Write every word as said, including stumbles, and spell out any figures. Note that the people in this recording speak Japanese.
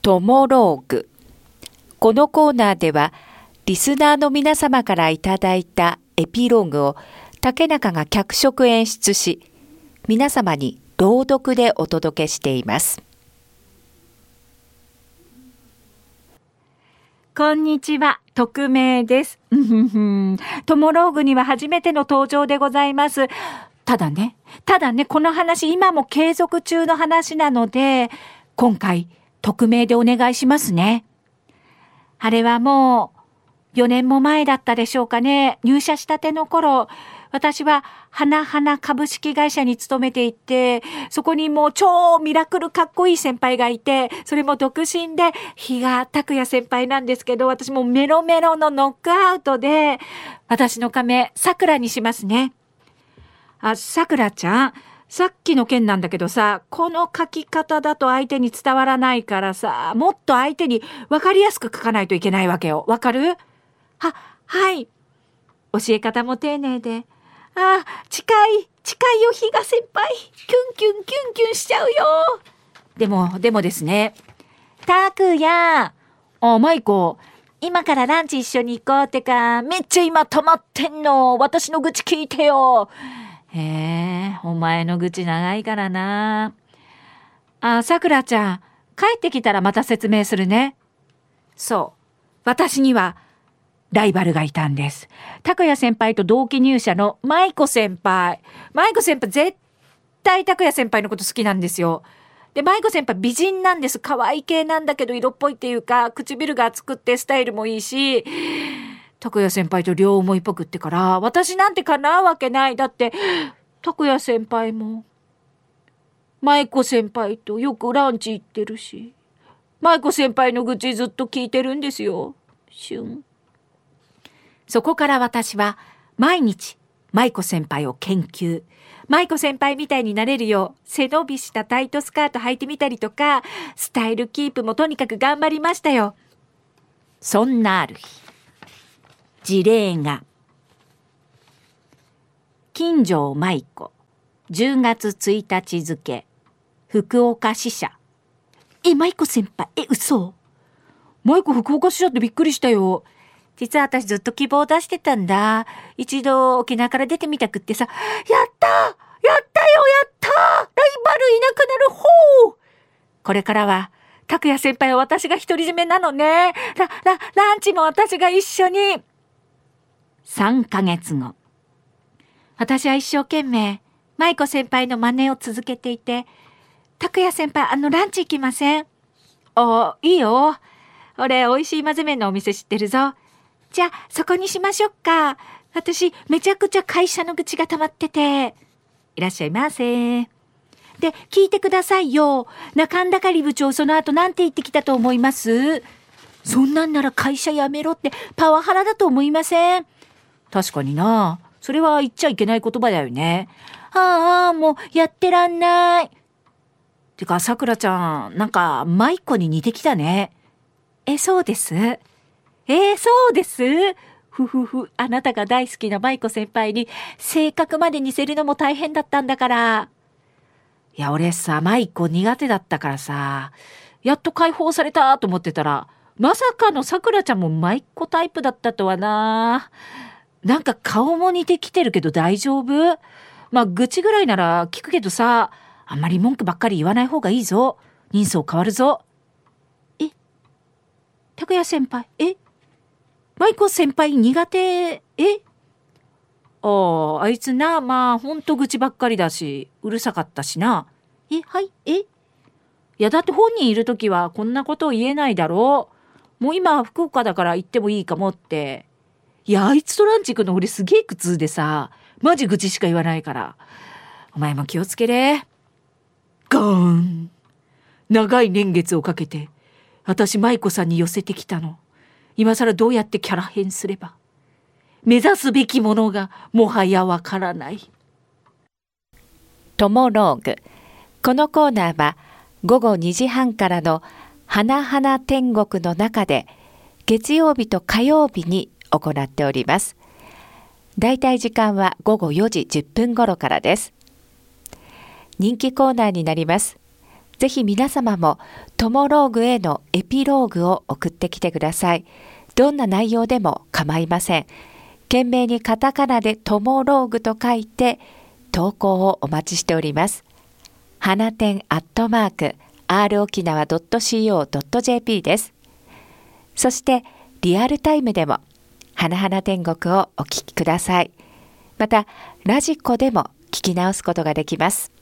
トモローグ。このコーナーではリスナーの皆様からいただいたエピローグを竹中が脚色演出し、皆様に朗読でお届けしています。 こんにちは、匿名です。トモローグには初めての登場でございます。ただね、ただね、この話今も継続中の話なので、今回匿名でお願いしますね。あれはもうよねんも前だったでしょうかね。入社したての頃、私は花々株式会社に勤めていて、そこにもう超ミラクルかっこいい先輩がいて、それも独身で比嘉拓也先輩なんですけど、私もメロメロのノックアウトで、私の仮名さくらにしますね。あ、さくらちゃん、さっきの件なんだけどさ、この書き方だと相手に伝わらないからさ、もっと相手に分かりやすく書かないといけないわけよ。わかる？は、はい。教え方も丁寧で。あ、近い、近いよ、比嘉先輩。キュンキュンキュンキュンしちゃうよ。でも、でもですね。拓也。あ、舞子。今からランチ一緒に行こうってか、めっちゃ今溜まってんの。私の愚痴聞いてよ。へえ、お前の愚痴長いからな。あ、さくらちゃん。帰ってきたらまた説明するね。そう。私には、ライバルがいたんです。拓也先輩と同期入社の舞子先輩。舞子先輩絶対拓也先輩のこと好きなんですよ。で、舞子先輩美人なんです。可愛い系なんだけど色っぽいっていうか、唇が厚くってスタイルもいいし、拓也先輩と両思いっぽくってから、私なんて叶うわけない。だって、拓也先輩も、舞子先輩とよくランチ行ってるし、舞子先輩の愚痴ずっと聞いてるんですよ。シュン。そこから私は毎日舞子先輩を研究。舞子先輩みたいになれるよう背伸びしたタイトスカート履いてみたりとか、スタイルキープもとにかく頑張りましたよ。そんなある日、事例が。金城舞子、じゅうがつついたち付、福岡支社。え、舞子先輩、え、嘘？舞子福岡支社ってびっくりしたよ。実は私ずっと希望を出してたんだ。一度沖縄から出てみたくってさ。やったやったよやったライバルいなくなるほう。これからは、拓也先輩は私が独り占めなのね。ラ、ラ、ランチも私が一緒に。さんかげつご。私は一生懸命、舞子先輩の真似を続けていて、拓也先輩、あのランチ行きません？あ、いいよ。俺、美味しい混ぜ麺のお店知ってるぞ。じゃあ、そこにしましょうか。私、めちゃくちゃ会社の愚痴が溜まってて。いらっしゃいませ。で、聞いてくださいよ。中んだかり部長、その後なんて言ってきたと思います？そんなんなら会社辞めろってパワハラだと思いません？確かにな。それは言っちゃいけない言葉だよね。ああ、もうやってらんない。てか、さくらちゃん、なんか、舞子に似てきたね。え、そうです。えー、そうです。ふふふ、あなたが大好きな舞子先輩に性格まで似せるのも大変だったんだから。いや、俺さ、舞子苦手だったからさ、やっと解放されたと思ってたら、まさかのさくらちゃんも舞子タイプだったとはな。なんか顔も似てきてるけど大丈夫？まあ、愚痴ぐらいなら聞くけどさ、あんまり文句ばっかり言わない方がいいぞ。人相変わるぞ。え？拓也先輩、え？舞子先輩苦手？え？ああ、あいつな、まあほんと愚痴ばっかりだし、うるさかったしな。え、はい、え？いやだって本人いるときはこんなことを言えないだろう。もう今福岡だから行ってもいいかもって。いや、あいつとランチ行くの俺すげえ苦痛でさ、マジ愚痴しか言わないから。お前も気をつけれ。ガーン。長い年月をかけて、私舞子さんに寄せてきたの。今更どうやってキャラ変すれば。目指すべきものがもはやわからない。 トモローグ。このコーナーはごごにじはんからの花々天国の中で月曜日と火曜日に行っております。だいたい時間はごごよじじゅっぷん頃からです。人気コーナーになります。 ぜひ皆様もトモローグへのエピローグを送ってきてください。どんな内容でも構いません。懸命にカタカナでトモローグと書いて投稿をお待ちしております。花店アットマーク アール 沖縄 ドット シーオー ドット ジェーピー です。そしてリアルタイムでも花々天国をお聞きください。またラジコでも聞き直すことができます。